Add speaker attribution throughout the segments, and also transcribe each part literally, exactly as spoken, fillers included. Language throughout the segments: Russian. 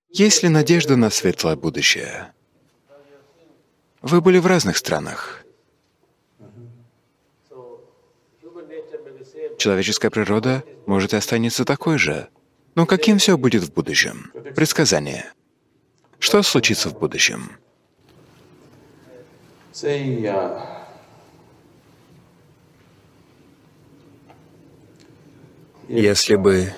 Speaker 1: Есть ли надежда на светлое будущее? Вы были в разных странах. Человеческая природа, может, и останется такой же. Но каким все будет в будущем? Предсказание. Что случится в будущем? Если бы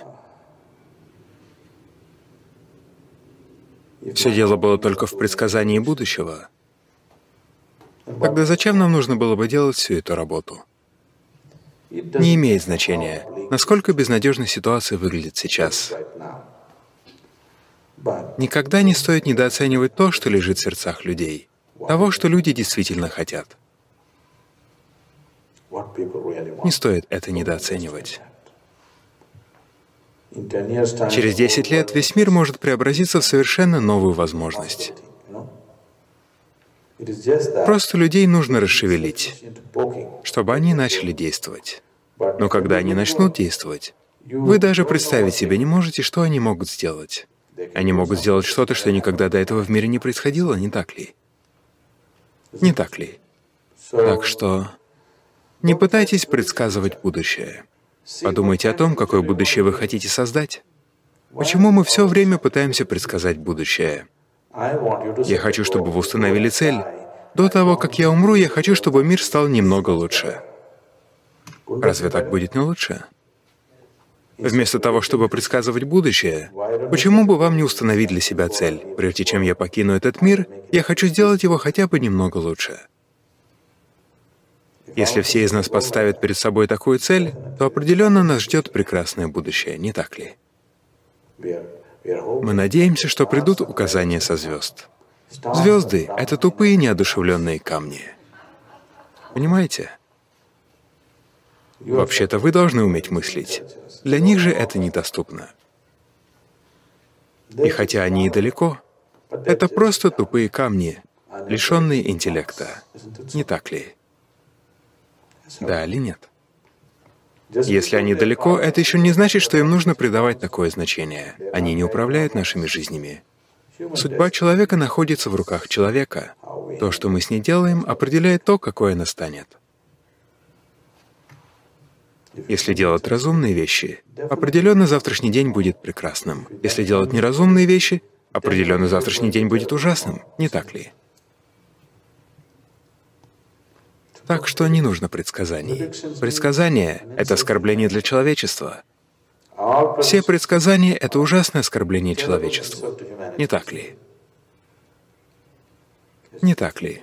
Speaker 1: все дело было только в предсказании будущего, тогда зачем нам нужно было бы делать всю эту работу? Не имеет значения, насколько безнадежной ситуация выглядит сейчас. Никогда не стоит недооценивать то, что лежит в сердцах людей, того, что люди действительно хотят. Не стоит это недооценивать. Через десять лет весь мир может преобразиться в совершенно новую возможность. Просто людей нужно расшевелить, чтобы они начали действовать. Но когда они начнут действовать, вы даже представить себе не можете, что они могут сделать. Они могут сделать что-то, что никогда до этого в мире не происходило, не так ли? Не так ли? Так что не пытайтесь предсказывать будущее. Подумайте о том, какое будущее вы хотите создать. Почему мы все время пытаемся предсказать будущее? Я хочу, чтобы вы установили цель. До того, как я умру, я хочу, чтобы мир стал немного лучше. Разве так будет не лучше? Вместо того, чтобы предсказывать будущее, почему бы вам не установить для себя цель? Прежде чем я покину этот мир, я хочу сделать его хотя бы немного лучше. Если все из нас поставят перед собой такую цель, то определенно нас ждет прекрасное будущее, не так ли? Мы надеемся, что придут указания со звезд. Звезды — это тупые, неодушевленные камни. Понимаете? Вообще-то вы должны уметь мыслить. Для них же это недоступно. И хотя они и далеко, это просто тупые камни, лишенные интеллекта. Не так ли? Да или нет? Если они далеко, это еще не значит, что им нужно придавать такое значение. Они не управляют нашими жизнями. Судьба человека находится в руках человека. То, что мы с ней делаем, определяет то, какой она станет. Если делать разумные вещи, определенно завтрашний день будет прекрасным. Если делать неразумные вещи, определенно завтрашний день будет ужасным. Не так ли? Так что не нужно предсказаний. Предсказание — это оскорбление для человечества. Все предсказания — это ужасное оскорбление человечеству. Не так ли? Не так ли?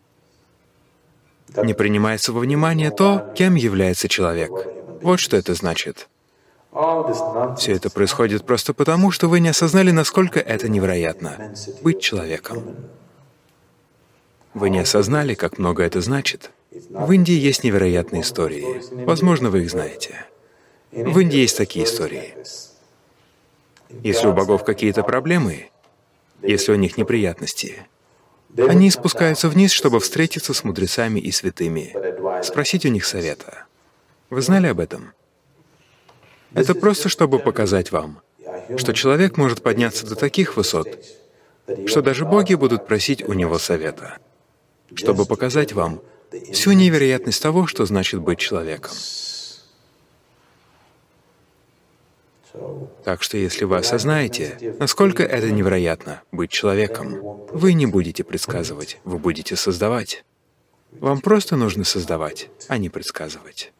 Speaker 1: Не принимается во внимание то, кем является человек. Вот что это значит. Все это происходит просто потому, что вы не осознали, насколько это невероятно — быть человеком. Вы не осознали, как много это значит. В Индии есть невероятные истории. Возможно, вы их знаете. В Индии есть такие истории. Если у богов какие-то проблемы, если у них неприятности, они спускаются вниз, чтобы встретиться с мудрецами и святыми, спросить у них совета. Вы знали об этом? Это просто чтобы показать вам, что человек может подняться до таких высот, что даже боги будут просить у него совета, чтобы показать вам всю невероятность того, что значит быть человеком. Так что если вы осознаете, насколько это невероятно — быть человеком, вы не будете предсказывать, вы будете создавать. Вам просто нужно создавать, а не предсказывать.